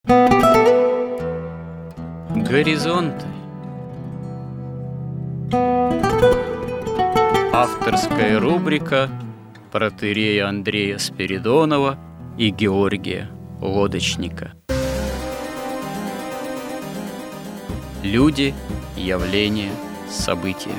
Горизонты. Авторская рубрика протоиерея Андрея Спиридонова и Георгия Лодочника. Люди, явления, события.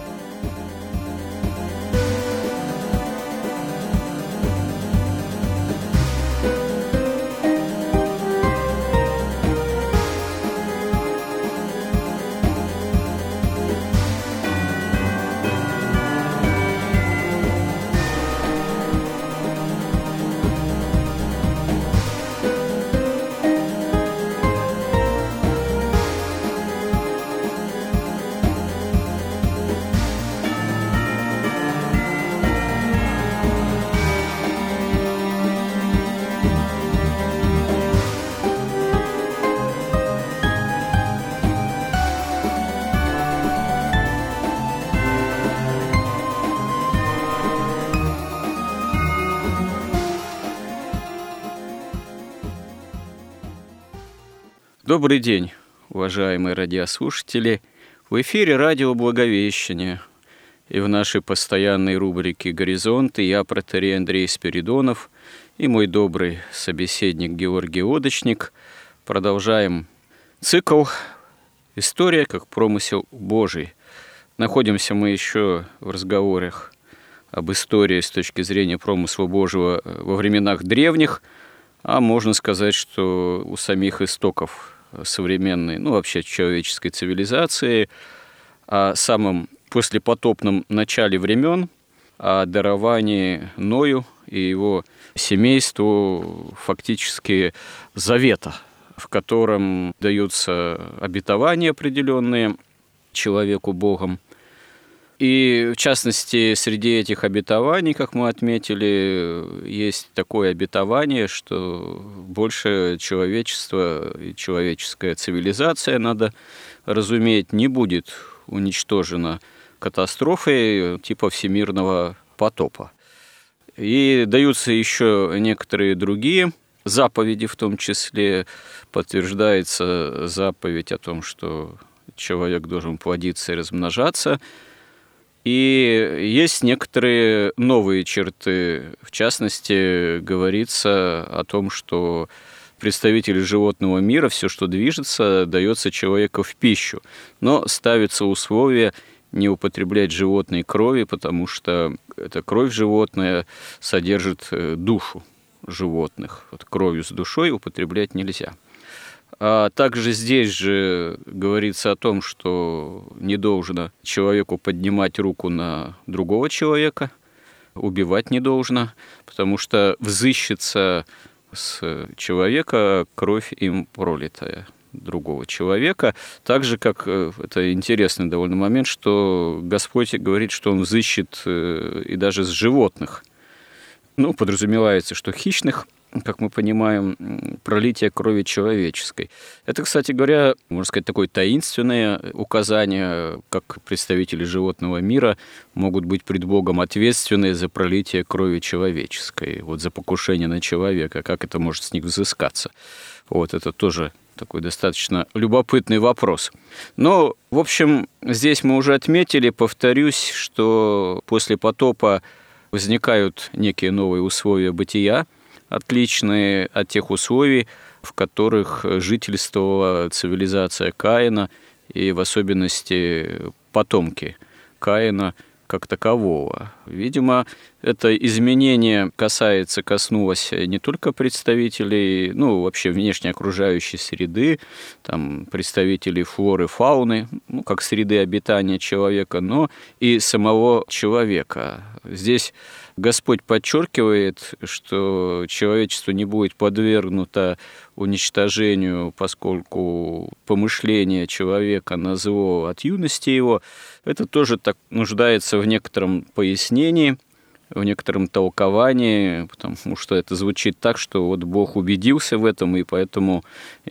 Добрый день, уважаемые радиослушатели! В эфире радио «Благовещение». И в нашей постоянной рубрике «Горизонты» я, протоиерей Андрей Спиридонов, и мой добрый собеседник Георгий Лодочник продолжаем цикл «История как промысел Божий». Находимся мы еще в разговорах об истории с точки зрения промысла Божьего во временах древних, а можно сказать, что у самих истоков современной, вообще человеческой цивилизации, о самом послепотопном начале времен, о даровании Ною и его семейству фактически завета, в котором даются обетования определенные человеку Богом. И, в частности, среди этих обетований, как мы отметили, есть такое обетование, что больше человечество и человеческая цивилизация, надо разуметь, не будет уничтожена катастрофой типа всемирного потопа. И даются еще некоторые другие заповеди, в том числе подтверждается заповедь о том, что человек должен плодиться и размножаться. И есть некоторые новые черты. В частности, говорится о том, что представители животного мира, все, что движется, дается человеку в пищу. Но ставится условие не употреблять животной крови, потому что эта кровь животная содержит душу животных. Вот кровью с душой употреблять нельзя. А также здесь же говорится о том, что не должно человеку поднимать руку на другого человека, убивать не должно, потому что взыщется с человека кровь им пролитая другого человека. Так же, как это интересный довольно момент, что Господь говорит, что Он взыщет и даже с животных. Подразумевается, что хищных, как мы понимаем, пролитие крови человеческой. Это, кстати говоря, можно сказать, такое таинственное указание, как представители животного мира могут быть пред Богом ответственны за пролитие крови человеческой, за покушение на человека, как это может с них взыскаться. Это тоже такой достаточно любопытный вопрос. Но, в общем, здесь мы уже отметили, повторюсь, что после потопа возникают некие новые условия бытия, отличные от тех условий, в которых жительствовала цивилизация Каина и в особенности потомки Каина как такового. Видимо, это изменение коснулось не только представителей, вообще внешней окружающей среды, представителей флоры, фауны, как среды обитания человека, но и самого человека. Здесь Господь подчеркивает, что человечество не будет подвергнуто уничтожению, поскольку помышление человека на зло от юности его, это тоже так нуждается в некотором пояснении, в некотором толковании, потому что это звучит так, что Бог убедился в этом, и поэтому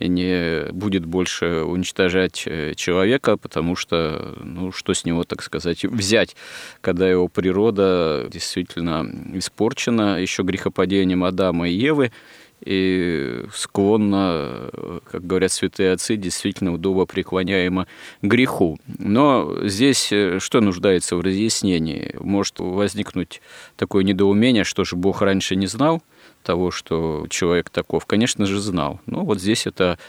не будет больше уничтожать человека, потому что, что с него, так сказать, взять, когда его природа действительно испорчена еще грехопадением Адама и Евы, и склонна, как говорят святые отцы, действительно удобопреклоняема греху. Но здесь что нуждается в разъяснении? Может возникнуть такое недоумение, что же Бог раньше не знал того, что человек таков? Конечно же, знал. Но вот здесь это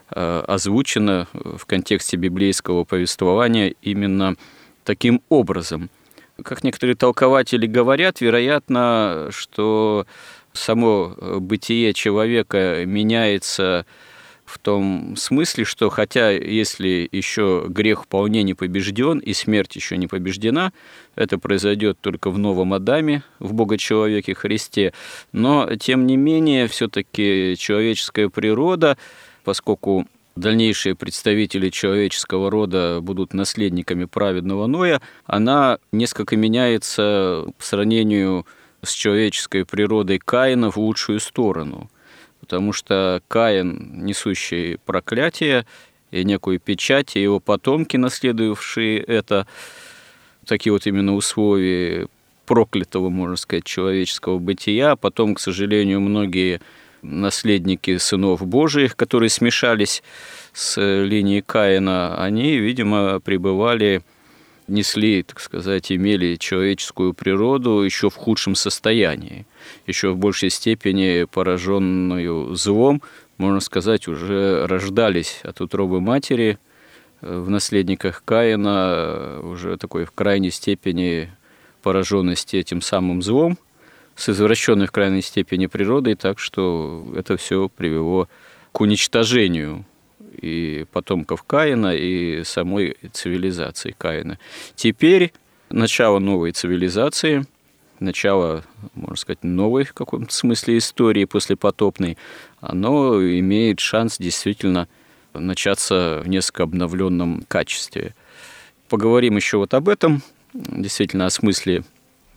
озвучено в контексте библейского повествования именно таким образом. Как некоторые толкователи говорят, вероятно, что само бытие человека меняется в том смысле, что хотя если еще грех вполне не побежден и смерть еще не побеждена, это произойдет только в новом Адаме, в Бога-человеке Христе, но тем не менее все-таки человеческая природа, поскольку дальнейшие представители человеческого рода будут наследниками праведного Ноя, она несколько меняется по сравнению с человеческой природой Каина в лучшую сторону, потому что Каин, несущий проклятие и некую печать, и его потомки, наследовавшие это, такие вот именно условия проклятого, можно сказать, человеческого бытия. Потом, к сожалению, многие наследники сынов Божиих, которые смешались с линией Каина, они, видимо, пребывали, несли, так сказать, имели человеческую природу еще в худшем состоянии, еще в большей степени пораженную злом, можно сказать, уже рождались от утробы матери в наследниках Каина, уже такой в крайней степени пораженности этим самым злом, с извращенной в крайней степени природой, так что это все привело к уничтожению и потомков Каина, и самой цивилизации Каина. Теперь начало новой цивилизации, начало, можно сказать, новой в каком-то смысле истории послепотопной, оно имеет шанс действительно начаться в несколько обновленном качестве. Поговорим еще вот об этом, действительно о смысле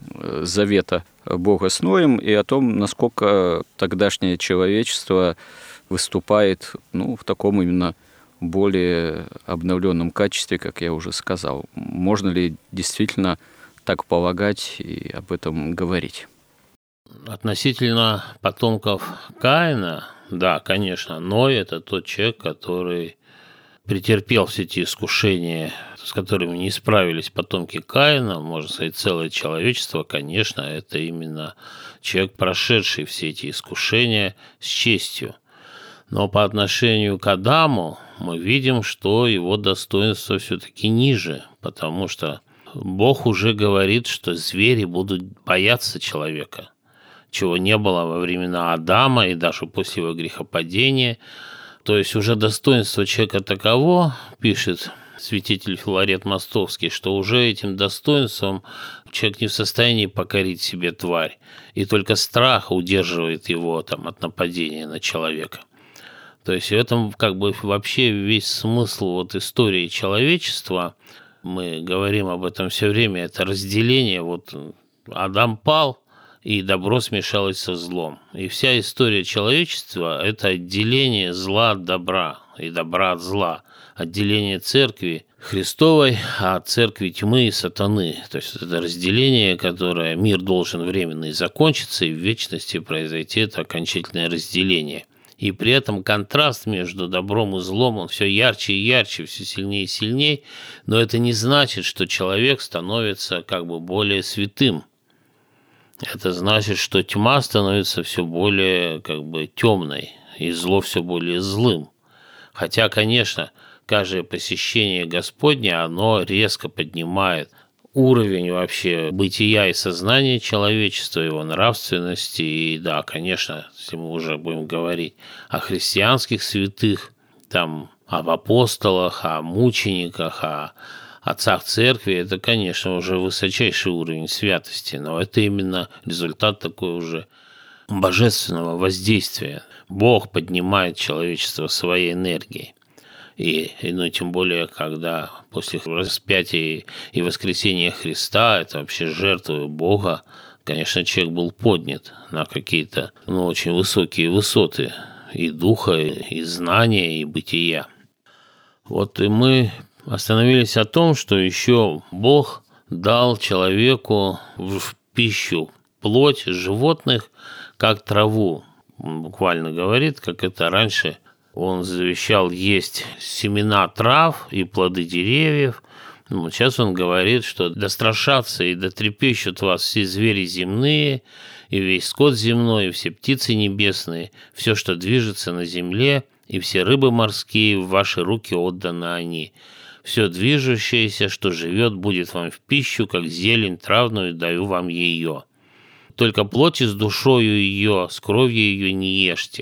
завета Бога с Ноем и о том, насколько тогдашнее человечество выступает в таком именно более обновленном качестве, как я уже сказал. Можно ли действительно так полагать и об этом говорить? Относительно потомков Каина, да, конечно, Ной – это тот человек, который претерпел все эти искушения, с которыми не справились потомки Каина, можно сказать, целое человечество, конечно, это именно человек, прошедший все эти искушения с честью. Но по отношению к Адаму мы видим, что его достоинство все-таки ниже, потому что Бог уже говорит, что звери будут бояться человека, чего не было во времена Адама и даже после его грехопадения. То есть уже достоинство человека таково, пишет святитель Филарет Мостовский, что уже этим достоинством человек не в состоянии покорить себе тварь, и только страх удерживает его от нападения на человека. То есть в этом вообще весь смысл истории человечества. Мы говорим об этом все время, это разделение. Адам пал, и добро смешалось со злом. И вся история человечества – это отделение зла от добра и добра от зла, отделение церкви Христовой от церкви тьмы и сатаны. То есть это разделение, которое мир должен временно закончиться, и в вечности произойти это окончательное разделение. И при этом контраст между добром и злом, он все ярче и ярче, все сильнее и сильнее, но это не значит, что человек становится более святым. Это значит, что тьма становится все более темной, и зло все более злым. Хотя, конечно, каждое посещение Господне, оно резко поднимает уровень вообще бытия и сознания человечества, его нравственности. И да, конечно, если мы уже будем говорить о христианских святых, об апостолах, о мучениках, о отцах церкви, это, конечно, уже высочайший уровень святости, но это именно результат такой уже божественного воздействия. Бог поднимает человечество своей энергией. И тем более, когда после распятия и воскресения Христа, это вообще жертвой Бога, конечно, человек был поднят на какие-то очень высокие высоты и духа, и знания, и бытия. И мы остановились о том, что еще Бог дал человеку в пищу плоть животных, как траву. Он буквально говорит, как это раньше он завещал есть семена трав и плоды деревьев. Вот сейчас он говорит, что да страшатся и да трепещут вас все звери земные, и весь скот земной, и все птицы небесные, все, что движется на земле, и все рыбы морские, в ваши руки отданы они. Все движущееся, что живет, будет вам в пищу, как зелень травную, даю вам ее. Только плоти с душою ее, с кровью ее не ешьте».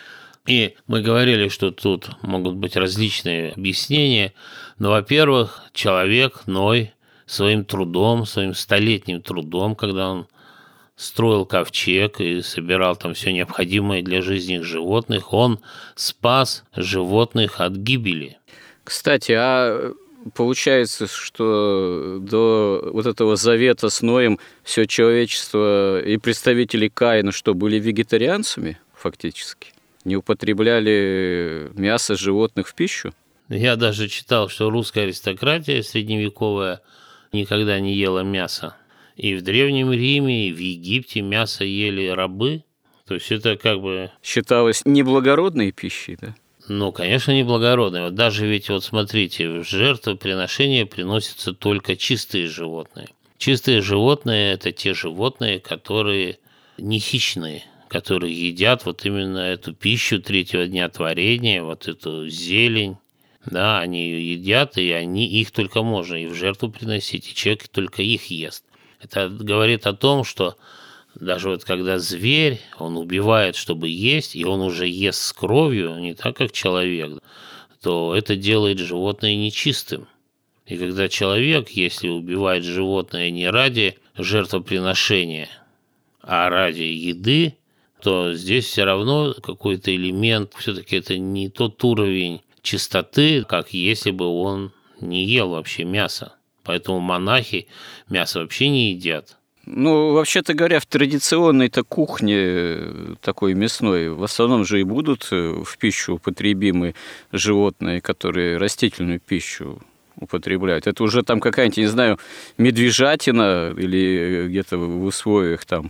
И мы говорили, что тут могут быть различные объяснения. Но, во-первых, человек, Ной, своим трудом, своим столетним трудом, когда он строил ковчег и собирал там все необходимое для жизни животных, он спас животных от гибели. Кстати, а получается, что до вот этого завета с Ноем все человечество и представители Каина, что были вегетарианцами фактически? Не употребляли мясо животных в пищу? Я даже читал, что русская аристократия средневековая никогда не ела мясо. И в Древнем Риме, и в Египте мясо ели рабы. То есть это как бы... Считалось неблагородной пищей, да? Ну, конечно, неблагородной. Вот даже ведь, вот смотрите, в жертвоприношения приносятся только чистые животные. Чистые животные – это те животные, которые не хищные, которые едят вот именно эту пищу третьего дня творения, вот эту зелень, да, они ее едят, и их только можно и в жертву приносить, и человек только их ест. Это говорит о том, что даже вот когда зверь, он убивает, чтобы есть, и он уже ест с кровью, не так, как человек, то это делает животное нечистым. И когда человек, если убивает животное не ради жертвоприношения, а ради еды, то здесь все равно какой-то элемент, все-таки это не тот уровень чистоты, как если бы он не ел вообще мясо. Поэтому монахи мясо вообще не едят. Ну, вообще-то говоря, в традиционной-то кухне такой мясной в основном же и будут в пищу употребимы животные, которые растительную пищу употребляют. Это уже там какая-нибудь, не знаю, медвежатина или где-то в условиях там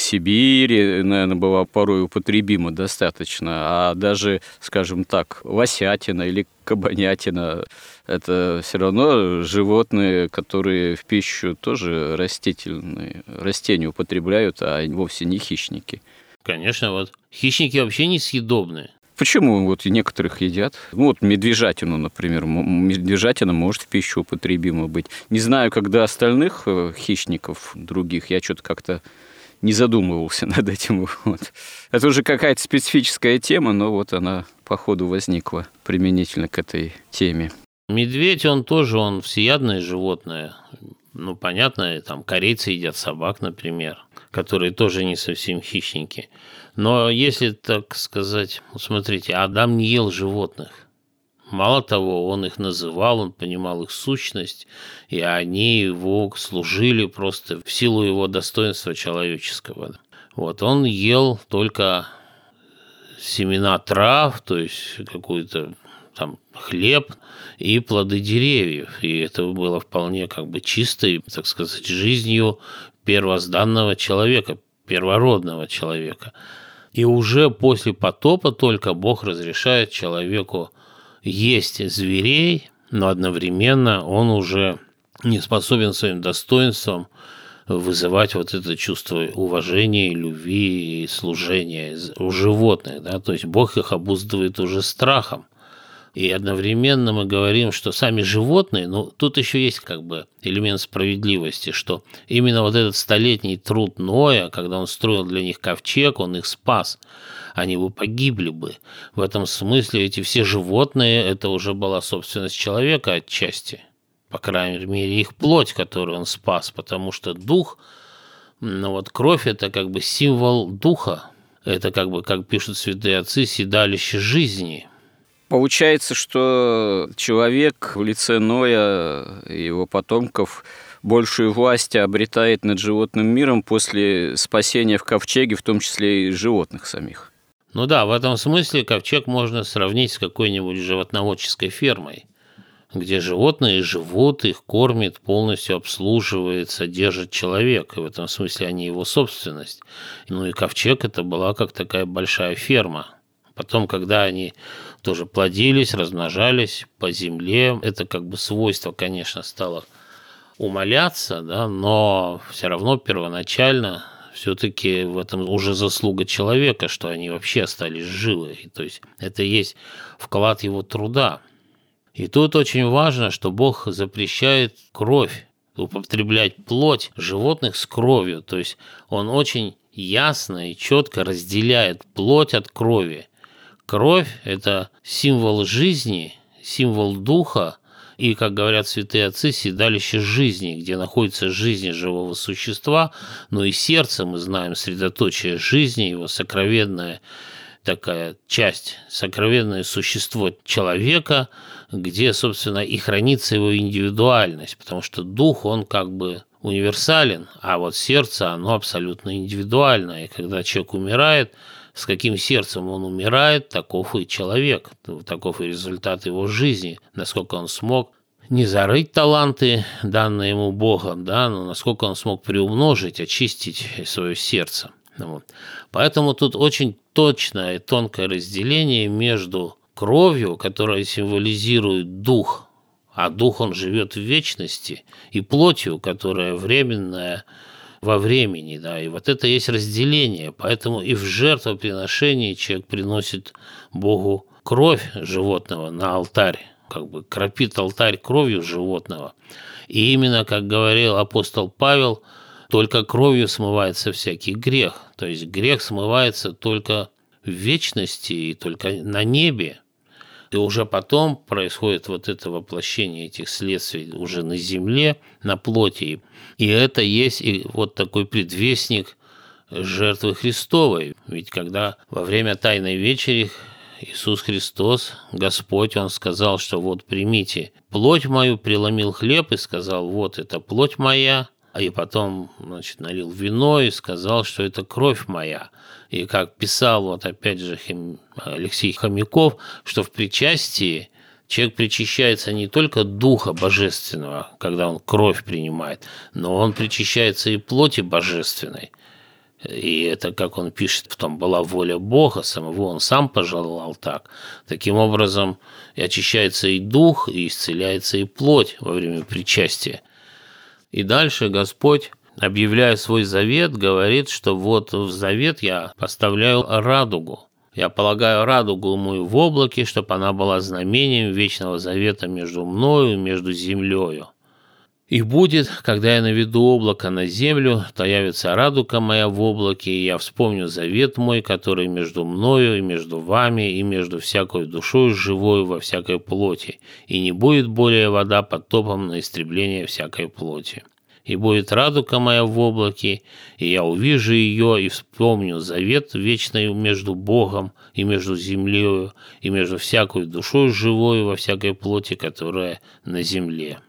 Сибири, наверное, была порой употребима достаточно, а даже, скажем так, лосятина или кабанятина – это все равно животные, которые в пищу тоже растительные, растения употребляют, а вовсе не хищники. Конечно, вот хищники вообще несъедобные. Почему вот некоторых едят? Ну, вот медвежатину, например. Медвежатина может в пищу употребима быть. Не знаю, когда остальных хищников других, я что-то как-то не задумывался над этим. Вот. Это уже какая-то специфическая тема, но вот она, походу, возникла применительно к этой теме. Медведь, он всеядное животное. Ну, понятно, там корейцы едят собак, например, которые тоже не совсем хищники. Но если так сказать, смотрите, Адам не ел животных. Мало того, он их называл, он понимал их сущность, и они его служили просто в силу его достоинства человеческого. Вот, он ел только семена трав, то есть какой-то там хлеб и плоды деревьев. И это было вполне как бы чистой, так сказать, жизнью первозданного человека, первородного человека. И уже после потопа только Бог разрешает человеку есть зверей, но одновременно он уже не способен своим достоинством вызывать вот это чувство уважения, любви и служения у животных. Да? То есть Бог их обуздывает уже страхом. И одновременно мы говорим, что сами животные, ну, тут еще есть как бы элемент справедливости, что именно вот этот столетний труд Ноя, когда он строил для них ковчег, он их спас, они бы погибли бы. В этом смысле эти все животные, это уже была собственность человека отчасти, по крайней мере, их плоть, которую он спас, потому что дух, ну вот кровь – это как бы символ духа, это как бы, как пишут святые отцы, седалище жизни. Получается, что человек в лице Ноя и его потомков большую власть обретает над животным миром после спасения в ковчеге, в том числе и животных самих. Ну да, в этом смысле ковчег можно сравнить с какой-нибудь животноводческой фермой. где животные живут, их кормит, полностью обслуживает, содержит человек, и в этом смысле они его собственность. Ну и ковчег – это была как такая большая ферма. Потом, когда они тоже плодились, размножались по земле, это как бы свойство, конечно, стало умаляться, да, но все равно первоначально все-таки в этом уже заслуга человека, что они вообще остались живы. То есть это и есть вклад его труда. И тут очень важно, что Бог запрещает кровь, употреблять плоть животных с кровью. То есть Он очень ясно и четко разделяет плоть от крови. Кровь – это символ жизни, символ духа, и, как говорят святые отцы, седалище жизни, где находится жизнь живого существа, но и сердце, мы знаем, средоточие жизни, его сокровенная такая часть, сокровенное существо человека, где, собственно, и хранится его индивидуальность, потому что дух, он как бы универсален, а вот сердце, оно абсолютно индивидуально, и когда человек умирает, с каким сердцем он умирает, таков и человек, таков и результат его жизни, насколько он смог не зарыть таланты, данные ему Богом, да, но насколько он смог приумножить, очистить свое сердце. Вот. Поэтому тут очень точное и тонкое разделение между кровью, которая символизирует дух, а дух он живет в вечности, и плотью, которая временная во времени, да, и вот это есть разделение, поэтому и в жертвоприношении человек приносит Богу кровь животного на алтарь, как бы кропит алтарь кровью животного, и именно, как говорил апостол Павел, только кровью смывается всякий грех, то есть грех смывается только в вечности и только на небе. И уже потом происходит вот это воплощение этих следствий уже на земле, на плоти. И это есть и вот такой предвестник жертвы Христовой. Ведь когда во время Тайной вечери Иисус Христос, Господь, Он сказал, что вот примите плоть мою, преломил хлеб и сказал, вот это плоть моя, и потом, значит, налил вино и сказал, что это кровь моя. И как писал, вот опять же, Алексей Хомяков, что в причастии человек причащается не только Духа Божественного, когда он кровь принимает, но он причащается и плоти Божественной. И это, как он пишет, в том была воля Бога, самого он сам пожелал так. Таким образом, и очищается и дух, и исцеляется и плоть во время причастия. И дальше Господь, объявляя свой завет, говорит, что вот в завет я поставляю радугу. Я полагаю радугу мою в облаке, чтобы она была знамением вечного завета между мною и между землею. И будет, когда я наведу облако на землю, то явится радуга моя в облаке, и я вспомню завет мой, который между мною и между вами, и между всякой душой живой во всякой плоти, и не будет более вода потопом на истребление всякой плоти. И будет радуга моя в облаке, и я увижу ее, и вспомню завет вечный между Богом и между землею, и между всякой душой живой во всякой плоти, которая на земле».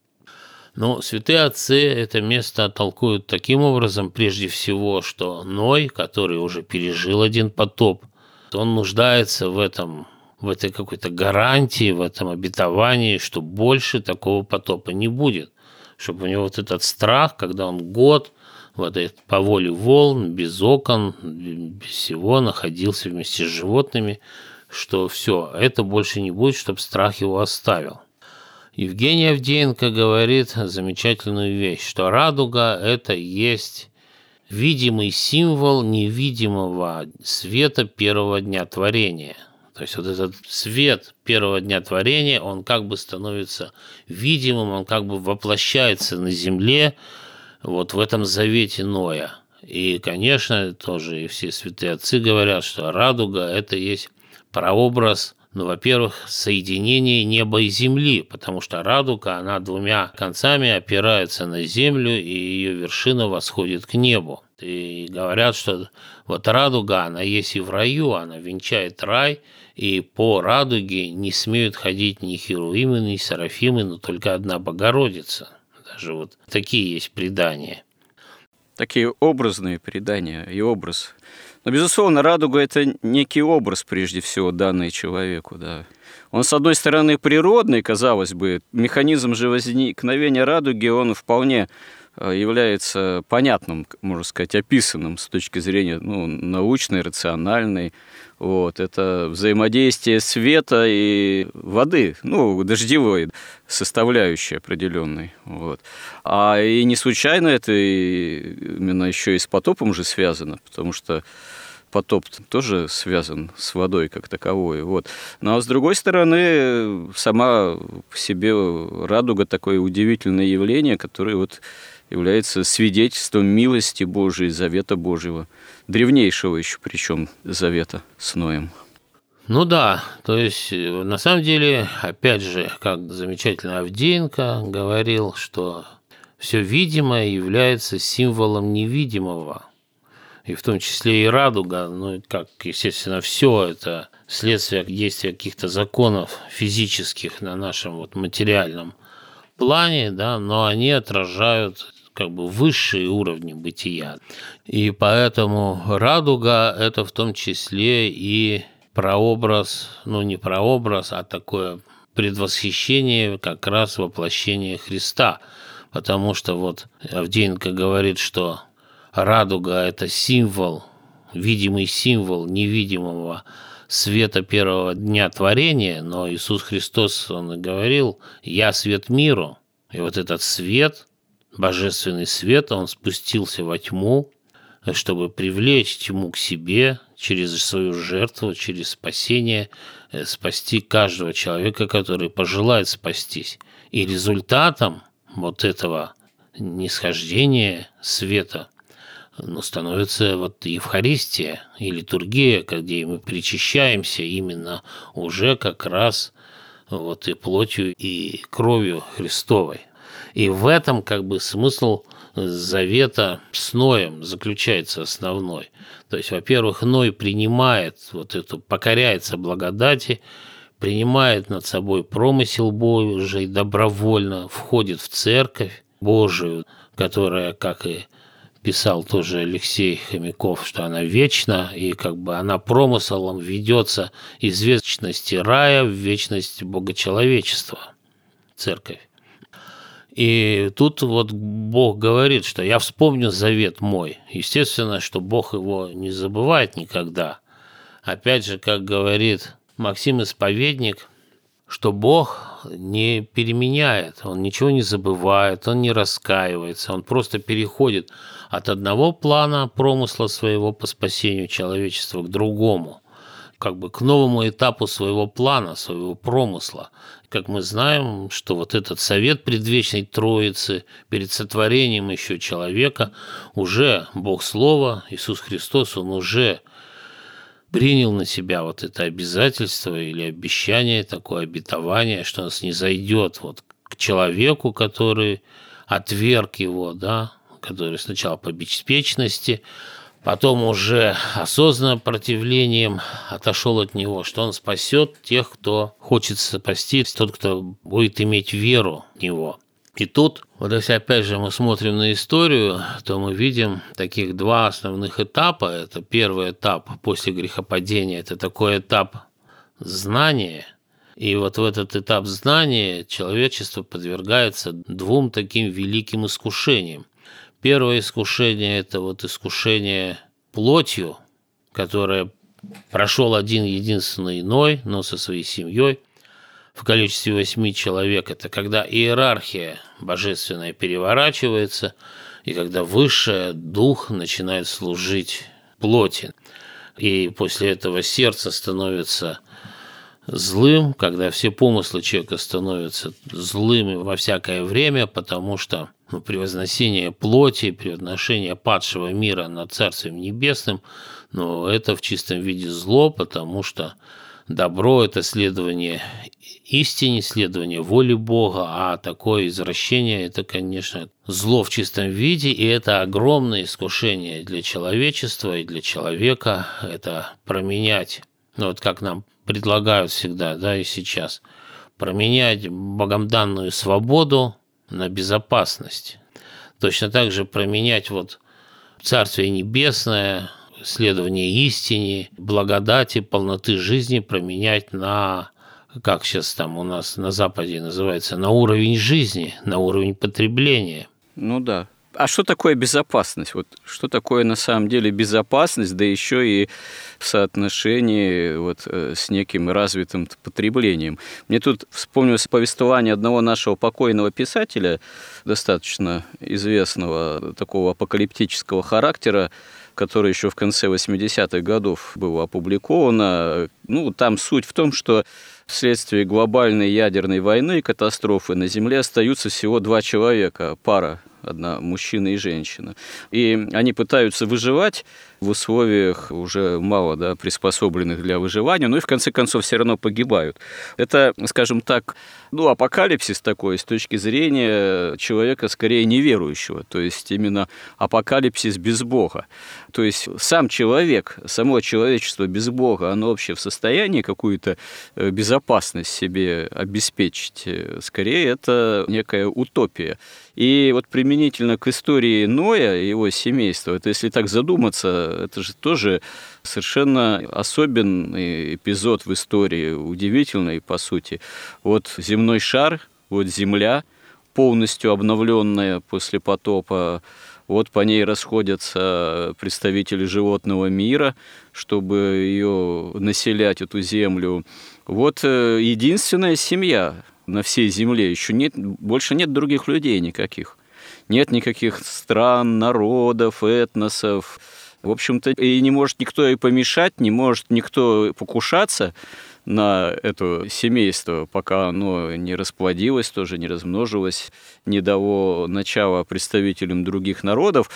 Но святые отцы это место толкуют таким образом, прежде всего, что Ной, который уже пережил один потоп, он нуждается в этой какой-то гарантии, в этом обетовании, что больше такого потопа не будет, чтобы у него вот этот страх, когда он год по воле волн, без окон, без всего находился вместе с животными, что все, это больше не будет, чтобы страх его оставил. Евгений Авдеенко говорит замечательную вещь, что радуга – это есть видимый символ невидимого света первого дня творения. То есть вот этот свет первого дня творения, он как бы становится видимым, он как бы воплощается на земле вот в этом завете Ноя. И, конечно, тоже и все святые отцы говорят, что радуга – это есть прообраз, во-первых, соединение неба и земли, потому что радуга, она двумя концами опирается на землю, и ее вершина восходит к небу. И говорят, что вот радуга, она есть и в раю, она венчает рай, и по радуге не смеют ходить ни херувимы, ни серафимы, но только одна Богородица. Даже вот такие есть предания. Такие образные предания и образ Но, безусловно, радуга – это некий образ, прежде всего, данный человеку, да. Он, с одной стороны, природный, казалось бы, механизм же возникновения радуги, он вполне является понятным, можно сказать, описанным с точки зрения научной, рациональной. Вот. Это взаимодействие света и воды, дождевой составляющей определенной. Вот. И не случайно это именно еще и с потопом же связано, потому что потоп тоже связан с водой как таковой. Вот. Ну, а с другой стороны, сама по себе радуга – такое удивительное явление, которое является свидетельством милости Божией, завета Божьего, древнейшего еще причем завета с Ноем. Ну да, то есть на самом деле, опять же, как замечательно Авдеенко говорил, что все видимое является символом невидимого. И в том числе и радуга, естественно, все это следствие действия каких-то законов физических на нашем материальном плане, да, но они отражают высшие уровни бытия. И поэтому радуга – это в том числе и прообраз, не прообраз, а такое предвосхищение как раз воплощения Христа. Потому что Авдеенко говорит, что радуга – это символ, видимый символ невидимого света первого дня творения, но Иисус Христос, Он и говорил: «Я свет миру». И этот свет, божественный свет, Он спустился во тьму, чтобы привлечь тьму к себе через свою жертву, через спасение, спасти каждого человека, который пожелает спастись. И результатом этого нисхождения света становится Евхаристия и литургия, где мы причащаемся именно уже как раз и плотью, и кровью Христовой. И в этом смысл завета с Ноем заключается основной. То есть, во-первых, Ной принимает покоряется благодати, принимает над собой промысел Божий, добровольно входит в Церковь Божию, которая, как и писал тоже Алексей Хомяков, что она вечна, и она промыслом ведется из вечности рая в вечность богочеловечества, Церковь. И тут Бог говорит, что я вспомню завет мой. Естественно, что Бог его не забывает никогда. Опять же, как говорит Максим Исповедник, что Бог не переменяет, Он ничего не забывает, Он не раскаивается, Он просто переходит от одного плана промысла своего по спасению человечества к другому, к новому этапу своего плана, своего промысла. Как мы знаем, что этот совет предвечной Троицы перед сотворением еще человека, уже Бог Слова, Иисус Христос, Он уже принял на себя это обязательство или обещание, такое обетование, что Он снизойдет к человеку, который отверг его, да, который сначала по беспечности, потом уже осознанным противлением отошел от него, что Он спасет тех, кто хочет спасти, тот, кто будет иметь веру в Него. И тут, если опять же мы смотрим на историю, то мы видим таких два основных этапа. Это первый этап после грехопадения, это такой этап знания. И в этот этап знания человечество подвергается двум таким великим искушениям. Первое искушение – это искушение плотью, которое прошел один единственный Ной, но со своей семьей, в количестве 8 человек. Это когда иерархия божественная переворачивается, и когда высший дух начинает служить плоти. И после этого сердце становится злым, когда все помыслы человека становятся злыми во всякое время, потому что превозносение плоти, превозношение падшего мира над Царствием Небесным, это в чистом виде зло, потому что добро – это следование истине, следование воле Бога, а такое извращение – это, конечно, зло в чистом виде, и это огромное искушение для человечества и для человека. Это променять, как нам предлагают всегда, да, и сейчас, променять Богом данную свободу на безопасность. Точно так же променять Царствие Небесное, следование истине, благодати, полноты жизни променять на, как сейчас там у нас на Западе называется, на уровень жизни, на уровень потребления. Ну да. А что такое безопасность? Вот что такое на самом деле безопасность, да еще и в соотношении вот с неким развитым потреблением? Мне тут вспомнилось повествование одного нашего покойного писателя, достаточно известного, такого апокалиптического характера, которое еще в конце 80-х годов было опубликовано. Ну, там суть в том, что вследствие глобальной ядерной войны, катастрофы на Земле остаются всего 2 человека, пара, одна мужчина и женщина. И они пытаются выживать в условиях уже мало приспособленных для выживания, но и в конце концов все равно погибают. Это, скажем так, апокалипсис такой с точки зрения человека скорее неверующего, то есть именно апокалипсис без Бога. То есть сам человек, само человечество без Бога, оно вообще в состоянии какую-то безопасность себе обеспечить? Скорее, это некая утопия. И вот применительно к истории Ноя и его семейства, это если так задуматься, это же тоже совершенно особенный эпизод в истории, удивительный, по сути. Вот земной шар, вот Земля, полностью обновленная после потопа, вот по ней расходятся представители животного мира, чтобы ее населять, эту землю. Вот единственная семья на всей земле, еще нет, больше нет других людей никаких. Нет никаких стран, народов, этносов. В общем-то, и не может никто и помешать, не может никто покушаться на это семейство, пока оно не расплодилось, тоже не размножилось, не дало начала представителям других народов.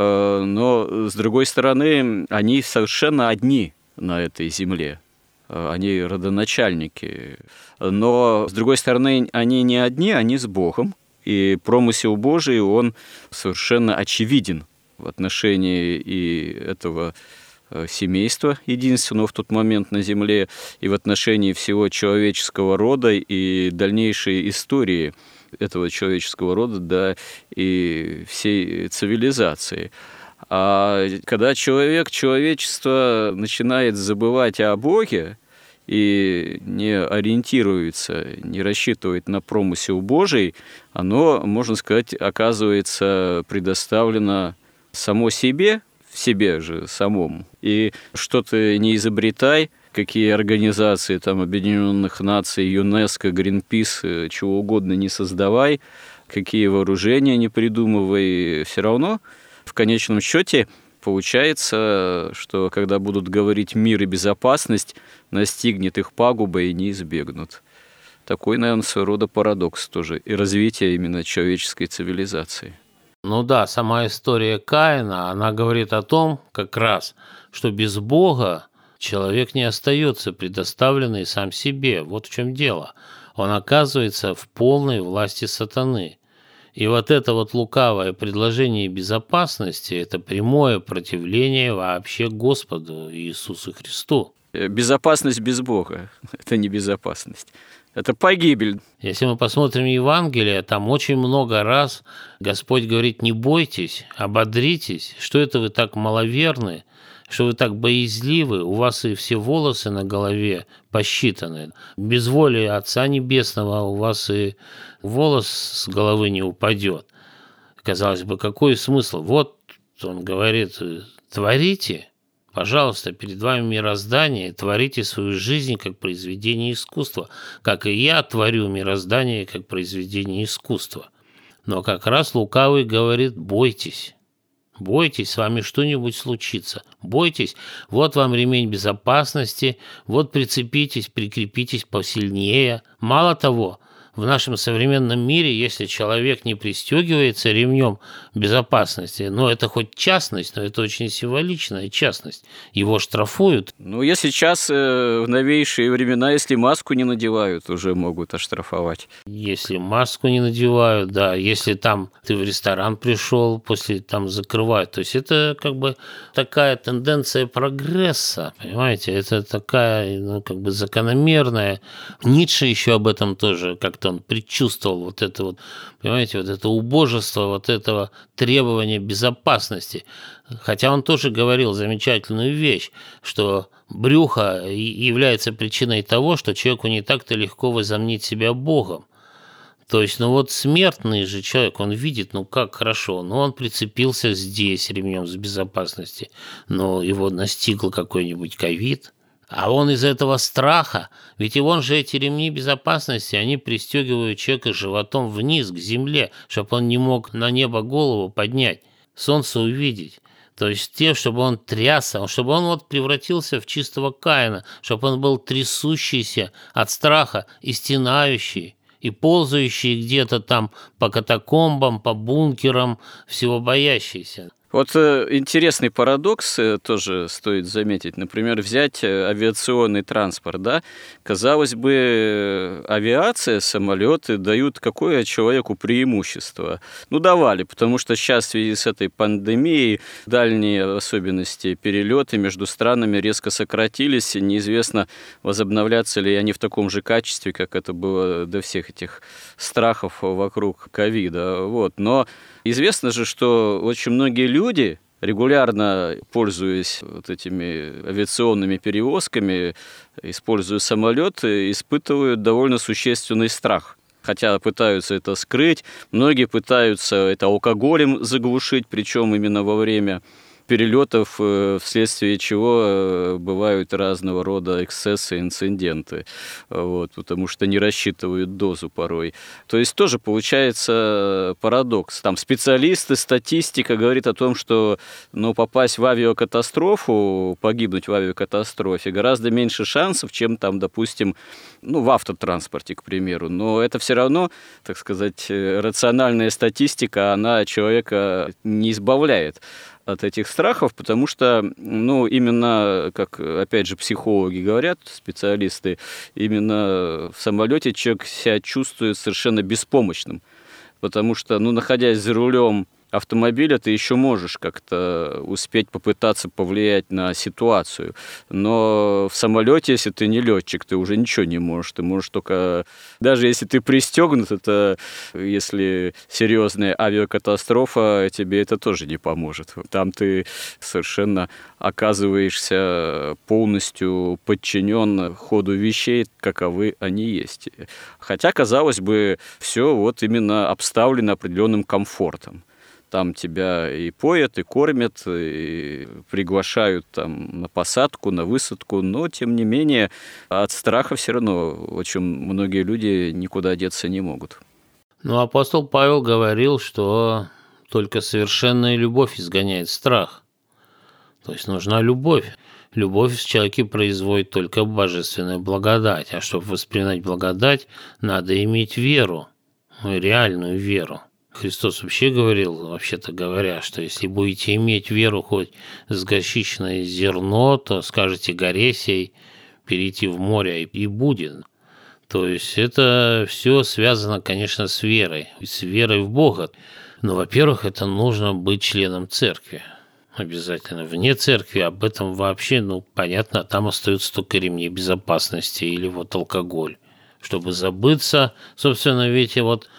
Но, с другой стороны, они совершенно одни на этой земле. Они родоначальники. Но, с другой стороны, они не одни, они с Богом. И промысел Божий, он совершенно очевиден в отношении и этого семейства, единственного в тот момент на земле, и в отношении всего человеческого рода и дальнейшей истории этого человеческого рода, да, и всей цивилизации. А когда человечество начинает забывать о Боге и не ориентируется, не рассчитывает на промысел Божий, оно, можно сказать, оказывается предоставлено само себе, в себе же самому. И что ты не изобретай, какие организации там, Объединенных Наций, ЮНЕСКО, Гринпис, чего угодно не создавай, какие вооружения не придумывай, все равно в конечном счете получается, что когда будут говорить мир и безопасность, настигнет их пагуба и не избегнут. Такой, наверное, своего рода парадокс тоже и развитие именно человеческой цивилизации. Ну да, сама история Каина, она говорит о том, как раз, что без Бога человек не остается предоставленный сам себе. Вот в чем дело. Он оказывается в полной власти сатаны. И вот это вот лукавое предложение безопасности – это прямое противление вообще Господу Иисусу Христу. Безопасность без Бога – это не безопасность. Это погибель. Если мы посмотрим Евангелие, там очень много раз Господь говорит: не бойтесь, ободритесь, что это вы так маловерны, что вы так боязливы, у вас и все волосы на голове посчитаны. Без воли Отца Небесного у вас и волос с головы не упадет. Казалось бы, какой смысл? Вот он говорит: творите, пожалуйста, перед вами мироздание, творите свою жизнь как произведение искусства, как и я творю мироздание как произведение искусства. Но как раз лукавый говорит: бойтесь. Бойтесь, с вами что-нибудь случится. Бойтесь, вот вам ремень безопасности, вот прицепитесь, прикрепитесь посильнее. Мало того, в нашем современном мире, если человек не пристегивается ремнем безопасности, это хоть частность, но это очень символичная частность, его штрафуют. Я сейчас в новейшие времена, если маску не надевают, уже могут оштрафовать. Если маску не надевают, да, если там ты в ресторан пришел, после там закрывают, то есть это как бы такая тенденция прогресса, понимаете, это такая, закономерная. Ницше еще об этом тоже как-то что он предчувствовал вот это вот, понимаете, вот это убожество, вот этого требования безопасности. Хотя он тоже говорил замечательную вещь, что брюхо является причиной того, что человеку не так-то легко возомнить себя Богом. То есть, вот смертный же человек, он видит, как хорошо, он прицепился здесь ремнем с безопасности, но его настигл какой-нибудь ковид, а он из этого страха, ведь и он же эти ремни безопасности, они пристегивают человека животом вниз, к земле, чтобы он не мог на небо голову поднять, солнце увидеть. То есть чтобы он трясся, чтобы он превратился в чистого Каина, чтобы он был трясущийся от страха и стенающий, и ползающий где-то там по катакомбам, по бункерам, всего боящийся. Вот интересный парадокс тоже стоит заметить. Например, взять авиационный транспорт, да? Казалось бы, авиация, самолеты дают какое человеку преимущество? Давали, потому что сейчас в связи с этой пандемией дальние особенности перелеты между странами резко сократились, и неизвестно, возобновлятся ли они в таком же качестве, как это было до всех этих страхов вокруг ковида. Но известно же, что очень многие люди, регулярно пользуясь этими авиационными перевозками, используя самолеты, испытывают довольно существенный страх. Хотя пытаются это скрыть, многие пытаются это алкоголем заглушить, причем именно во время перелетов, вследствие чего бывают разного рода эксцессы, инциденты, потому что не рассчитывают дозу порой. То есть тоже получается парадокс. Там специалисты, статистика говорит о том, что попасть в авиакатастрофу, погибнуть в авиакатастрофе гораздо меньше шансов, чем там, допустим, в автотранспорте, к примеру. Но это все равно, так сказать, рациональная статистика, она человека не избавляет от этих страхов, потому что, именно, как, опять же, психологи говорят, специалисты, именно в самолете человек себя чувствует совершенно беспомощным, потому что, находясь за рулем автомобиля, ты еще можешь как-то успеть попытаться повлиять на ситуацию. Но в самолете, если ты не летчик, ты уже ничего не можешь. Ты можешь только... Даже если ты пристегнут, это, если серьезная авиакатастрофа, тебе это тоже не поможет. Там ты совершенно оказываешься полностью подчинен ходу вещей, каковы они есть. Хотя, казалось бы, все именно обставлено определенным комфортом. Там тебя и поят, и кормят, и приглашают там на посадку, на высадку, но, тем не менее, от страха все равно очень многие люди никуда деться не могут. Апостол Павел говорил, что только совершенная любовь изгоняет страх. То есть нужна любовь. Любовь в человеке производит только божественную благодать, а чтобы воспринять благодать, надо иметь веру, реальную веру. Христос вообще говорил, вообще-то говоря, что если будете иметь веру хоть с горчичное зерно, то скажете горе сей перейти в море, и будет. То есть это все связано, конечно, с верой в Бога. Но, во-первых, это нужно быть членом церкви. Обязательно. Вне церкви об этом вообще, понятно, там остаются только ремни безопасности или алкоголь. Чтобы забыться, собственно, ведь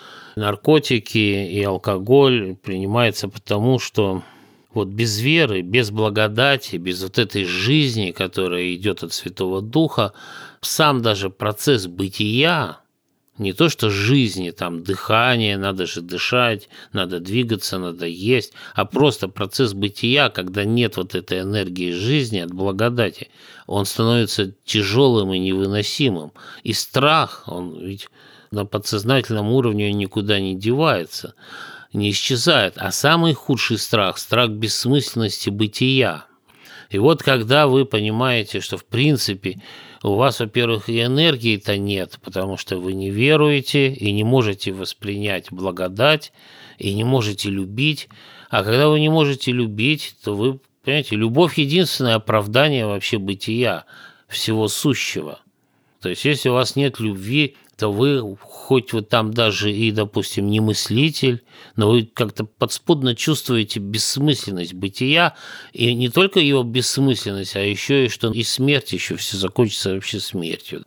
наркотики и алкоголь принимаются потому, что без веры, без благодати, без этой жизни, которая идет от Святого Духа, сам даже процесс бытия, не то что жизни, там дыхание, надо же дышать, надо двигаться, надо есть, а просто процесс бытия, когда нет этой энергии жизни от благодати, он становится тяжелым и невыносимым. И страх, он ведь на подсознательном уровне никуда не девается, не исчезает. А самый худший страх – страх бессмысленности бытия. И когда вы понимаете, что в принципе у вас, во-первых, и энергии-то нет, потому что вы не веруете и не можете воспринять благодать, и не можете любить. А когда вы не можете любить, то вы, понимаете, любовь – единственное оправдание вообще бытия, всего сущего. То есть если у вас нет любви, то вы хоть там даже и, допустим, не мыслитель, но вы как-то подспудно чувствуете бессмысленность бытия, и не только его бессмысленность, а еще и что и смерть еще все закончится вообще смертью.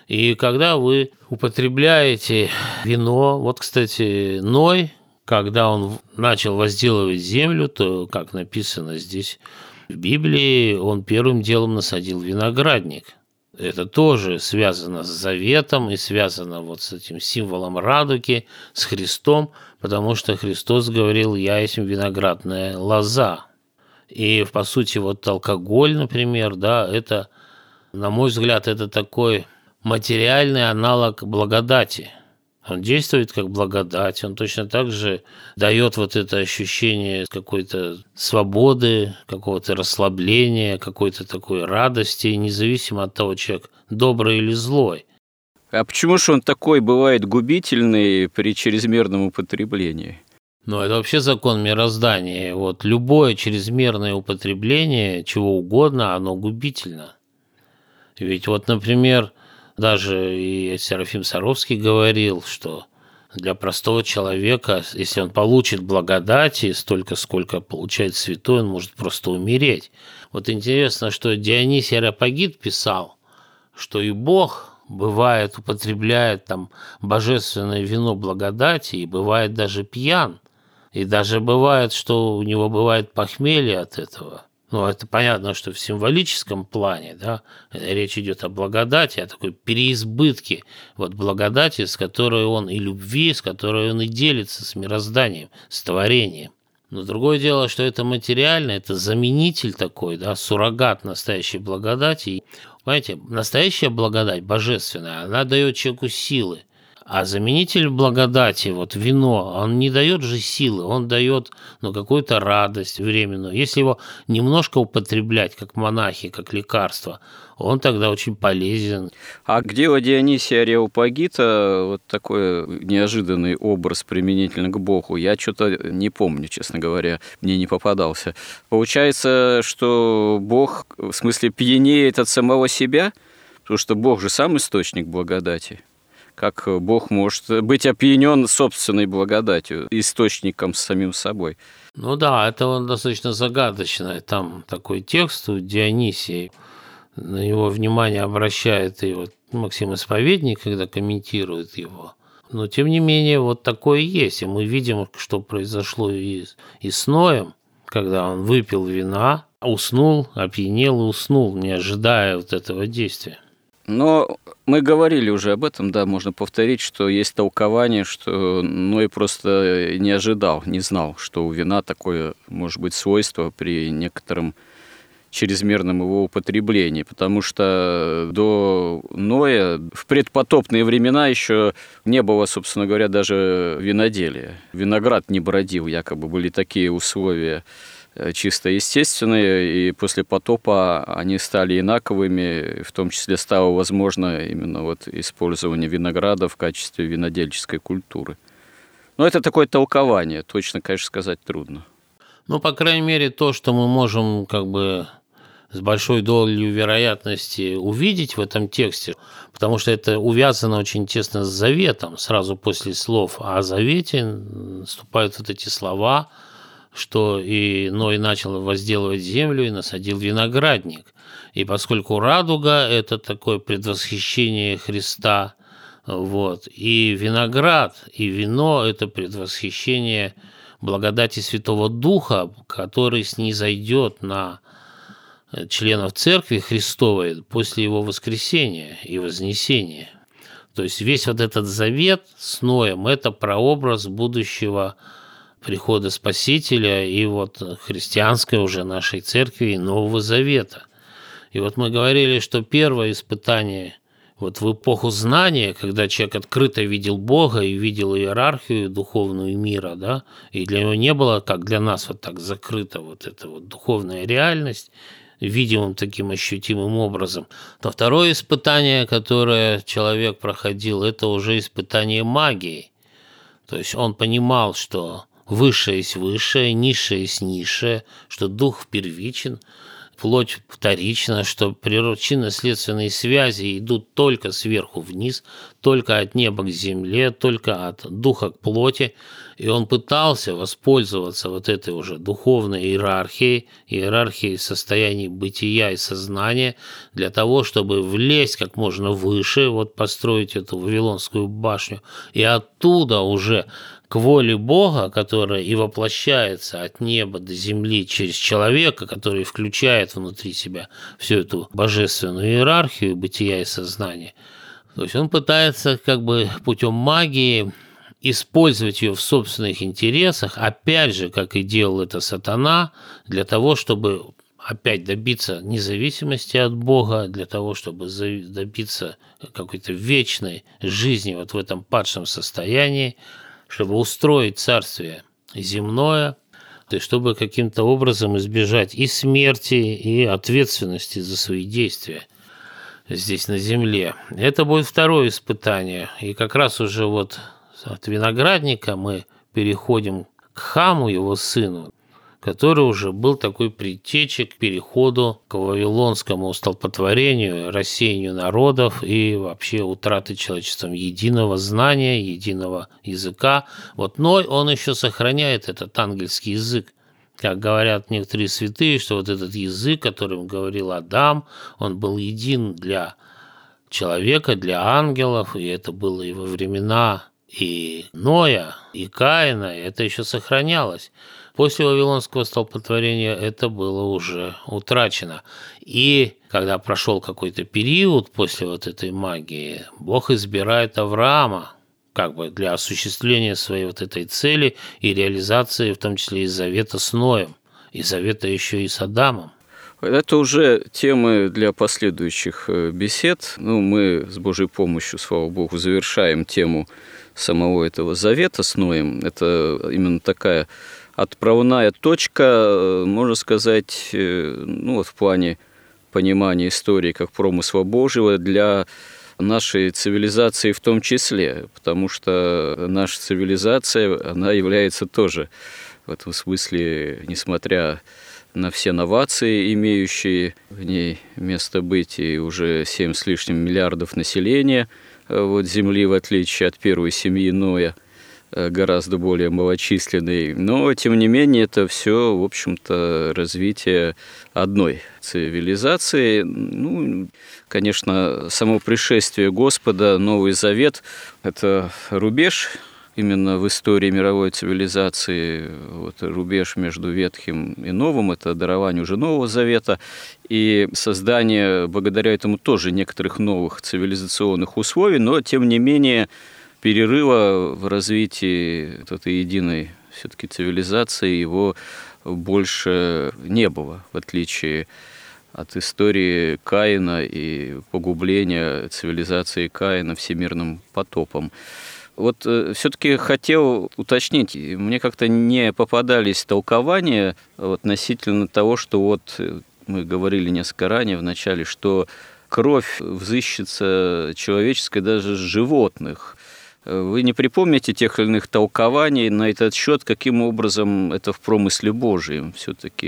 И когда вы употребляете вино, вот, кстати, Ной, когда он начал возделывать землю, то, как написано здесь в Библии, он первым делом насадил виноградник. Это тоже связано с заветом и связано вот с этим символом радуги, с Христом, потому что Христос говорил: «Я есть виноградная лоза». И, по сути, вот алкоголь, например, да, это, на мой взгляд, это такой материальный аналог благодати. Он действует как благодать, он точно так же дает вот это ощущение какой-то свободы, какого-то расслабления, какой-то такой радости, независимо от того, человек добрый или злой. А почему же он такой бывает губительный при чрезмерном употреблении? Но это вообще закон мироздания. Вот любое чрезмерное употребление чего угодно, оно губительно. Ведь вот, например, даже и Серафим Саровский говорил, что для простого человека, если он получит благодати столько, сколько получает святой, он может просто умереть. Вот интересно, что Дионисий Ареопагит писал, что и Бог бывает употребляет там божественное вино благодати и бывает даже пьян. И даже бывает, что у него бывает похмелье от этого. Ну, это понятно, что в символическом плане, да, речь идет о благодати, о такой переизбытке вот благодати, с которой он и любви, с которой он и делится с мирозданием, с творением. Но другое дело, что это материально, это заменитель такой, да, суррогат настоящей благодати. И, понимаете, настоящая благодать, божественная, она дает человеку силы. А заменитель благодати, вот вино, он не дает же силы, он дает какую-то радость временную. Если его немножко употреблять, как монахи, как лекарство, он тогда очень полезен. А где у Дионисия Ареопагита вот такой неожиданный образ применительно к Богу? Я что-то не помню, честно говоря, мне не попадался. Получается, что Бог, в смысле, пьянеет от самого себя? Потому что Бог же сам источник благодати. Как Бог может быть опьянен собственной благодатью, источником самим собой? Ну да, это он достаточно загадочно. Там такой текст у Дионисия, на него внимание обращает и вот Максим Исповедник, когда комментирует его. Но тем не менее, вот такое есть. И мы видим, что произошло и с Ноем, когда он выпил вина, уснул, опьянел и уснул, не ожидая вот этого действия. Но мы говорили уже об этом, да, можно повторить, что есть толкование, что Ной просто не ожидал, не знал, что у вина такое может быть свойство при некотором чрезмерном его употреблении, потому что до Ноя в предпотопные времена еще не было, собственно говоря, даже виноделия. Виноград не бродил, якобы были такие условия чисто естественные, и после потопа они стали инаковыми, в том числе стало возможно именно вот использование винограда в качестве винодельческой культуры. Но это такое толкование, точно, конечно, сказать трудно. Ну, по крайней мере, то, что мы можем с большой долей вероятности увидеть в этом тексте, потому что это увязано очень тесно с заветом. Сразу после слов о завете вступают вот эти слова, что и Ной начал возделывать землю и насадил виноградник. И поскольку радуга – это такое предвосхищение Христа, вот, и виноград, и вино – это предвосхищение благодати Святого Духа, который снизойдет на членов Церкви Христовой после Его воскресения и вознесения. То есть весь вот этот завет с Ноем – это прообраз будущего прихода Спасителя и вот христианской уже нашей церкви и Нового Завета. И вот мы говорили, что первое испытание вот в эпоху знания, когда человек открыто видел Бога и видел иерархию духовную мира, да, и для него не было, как для нас, вот так закрыта вот эта вот духовная реальность, видимым таким ощутимым образом, то второе испытание, которое человек проходил, это уже испытание магией. То есть он понимал, что высшее есть высшее, низшее есть низшее, что дух первичен, плоть вторична, что причинно-следственные связи идут только сверху вниз, только от неба к земле, только от духа к плоти. И он пытался воспользоваться вот этой уже духовной иерархией состояний бытия и сознания для того, чтобы влезть как можно выше, вот построить эту Вавилонскую башню, и оттуда уже к воле Бога, которая и воплощается от неба до земли через человека, который включает внутри себя всю эту божественную иерархию бытия и сознания. То есть он пытается как бы путем магии использовать ее в собственных интересах, опять же, как и делал это сатана, для того, чтобы опять добиться независимости от Бога, для того, чтобы добиться какой-то вечной жизни вот в этом падшем состоянии, чтобы устроить царствие земное, то есть чтобы каким-то образом избежать и смерти, и ответственности за свои действия здесь на земле. Это будет второе испытание. И как раз уже вот от виноградника мы переходим к Хаму, его сыну, который уже был такой предтечей к переходу к вавилонскому столпотворению, рассеянию народов и вообще утраты человечеством единого знания, единого языка. Вот Ной, он еще сохраняет этот ангельский язык. Как говорят некоторые святые, что вот этот язык, которым говорил Адам, он был един для человека, для ангелов, и это было и во времена и Ноя, и Каина, и это еще сохранялось. После Вавилонского столпотворения это было уже утрачено. И когда прошел какой-то период после вот этой магии, Бог избирает Авраама как бы для осуществления своей вот этой цели и реализации, в том числе и завета с Ноем, и завета еще и с Адамом. Это уже темы для последующих бесед. Мы с Божьей помощью, слава Богу, завершаем тему самого этого завета с Ноем. Это именно такая отправная точка, можно сказать, в плане понимания истории как промысла Божьего для нашей цивилизации в том числе, потому что наша цивилизация, она является тоже в этом смысле, несмотря на все новации, имеющие в ней место быть, и уже 7 с лишним миллиардов населения Земли, в отличие от первой семьи Ноя, гораздо более малочисленной. Но, тем не менее, это все, в общем-то, развитие одной цивилизации. Конечно, само пришествие Господа, Новый Завет – это рубеж именно в истории мировой цивилизации, рубеж между Ветхим и Новым, это дарование уже Нового Завета, и создание, благодаря этому, тоже некоторых новых цивилизационных условий, но, тем не менее, перерыва в развитии этой единой все-таки цивилизации его больше не было, в отличие от истории Каина и погубления цивилизации Каина всемирным потопом. Все-таки хотел уточнить, мне как-то не попадались толкования относительно того, что мы говорили несколько ранее в начале, что кровь взыщется человеческая даже с животных. Вы не припомните тех или иных толкований на этот счет, каким образом это в промысле Божьем все-таки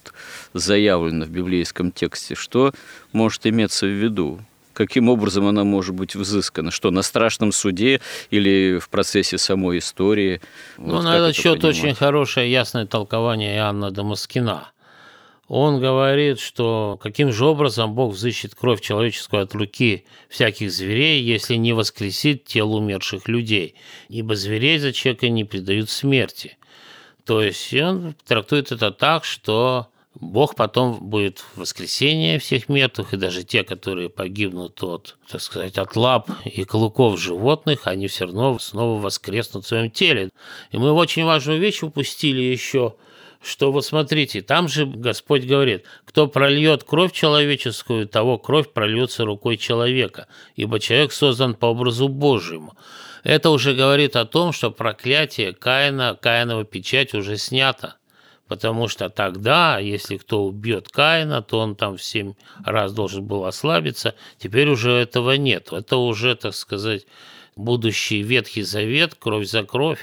заявлено в библейском тексте? Что может иметься в виду? Каким образом она может быть взыскана? Что, на страшном суде или в процессе самой истории? На этот счет очень хорошее, ясное толкование Иоанна Дамаскина. Он говорит, что каким же образом Бог взыщет кровь человеческую от руки всяких зверей, если не воскресит тел умерших людей, ибо зверей за человека не предают смерти. То есть он трактует это так, что Бог потом будет воскресение всех мертвых, и даже те, которые погибнут от лап и клыков животных, они все равно снова воскреснут в своем теле. И мы очень важную вещь упустили еще, что смотрите, там же Господь говорит: кто прольет кровь человеческую, того кровь прольется рукой человека, ибо человек создан по образу Божьему. Это уже говорит о том, что проклятие Каина, Каинова печать уже снята. Потому что тогда, если кто убьет Каина, то он там в 7 раз должен был ослабиться. Теперь уже этого нет. Это уже, будущий Ветхий Завет, кровь за кровь.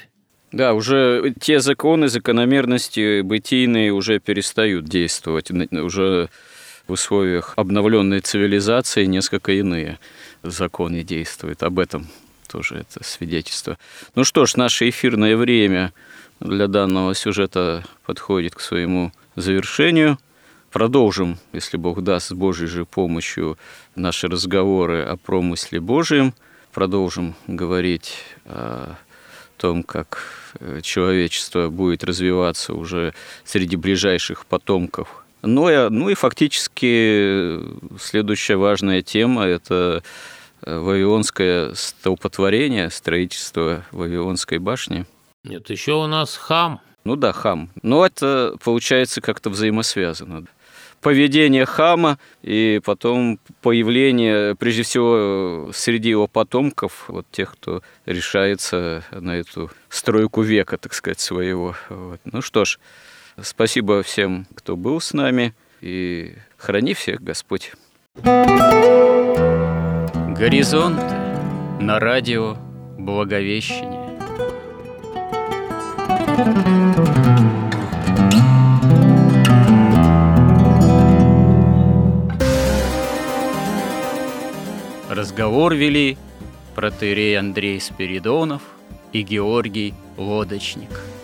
Да, уже те законы, закономерности бытийные уже перестают действовать. Уже в условиях обновленной цивилизации несколько иные законы действуют. Об этом тоже это свидетельство. Ну что ж, наше эфирное время для данного сюжета подходит к своему завершению. Продолжим, если Бог даст, с Божьей же помощью наши разговоры о промысле Божьем. Продолжим говорить о том, как человечество будет развиваться уже среди ближайших потомков Ноя. Ну и фактически следующая важная тема – это вавилонское столпотворение, строительство Вавилонской башни. Нет, еще у нас Хам. Ну да, Хам. Но это получается как-то взаимосвязано. Поведение Хама и потом появление, прежде всего, среди его потомков, вот тех, кто решается на эту стройку века, так сказать, своего. Вот. Ну что ж, спасибо всем, кто был с нами, и храни всех Господь. Горизонт на радио Благовещение. Разговор вели протоиерей Андрей Спиридонов и Георгий Лодочник.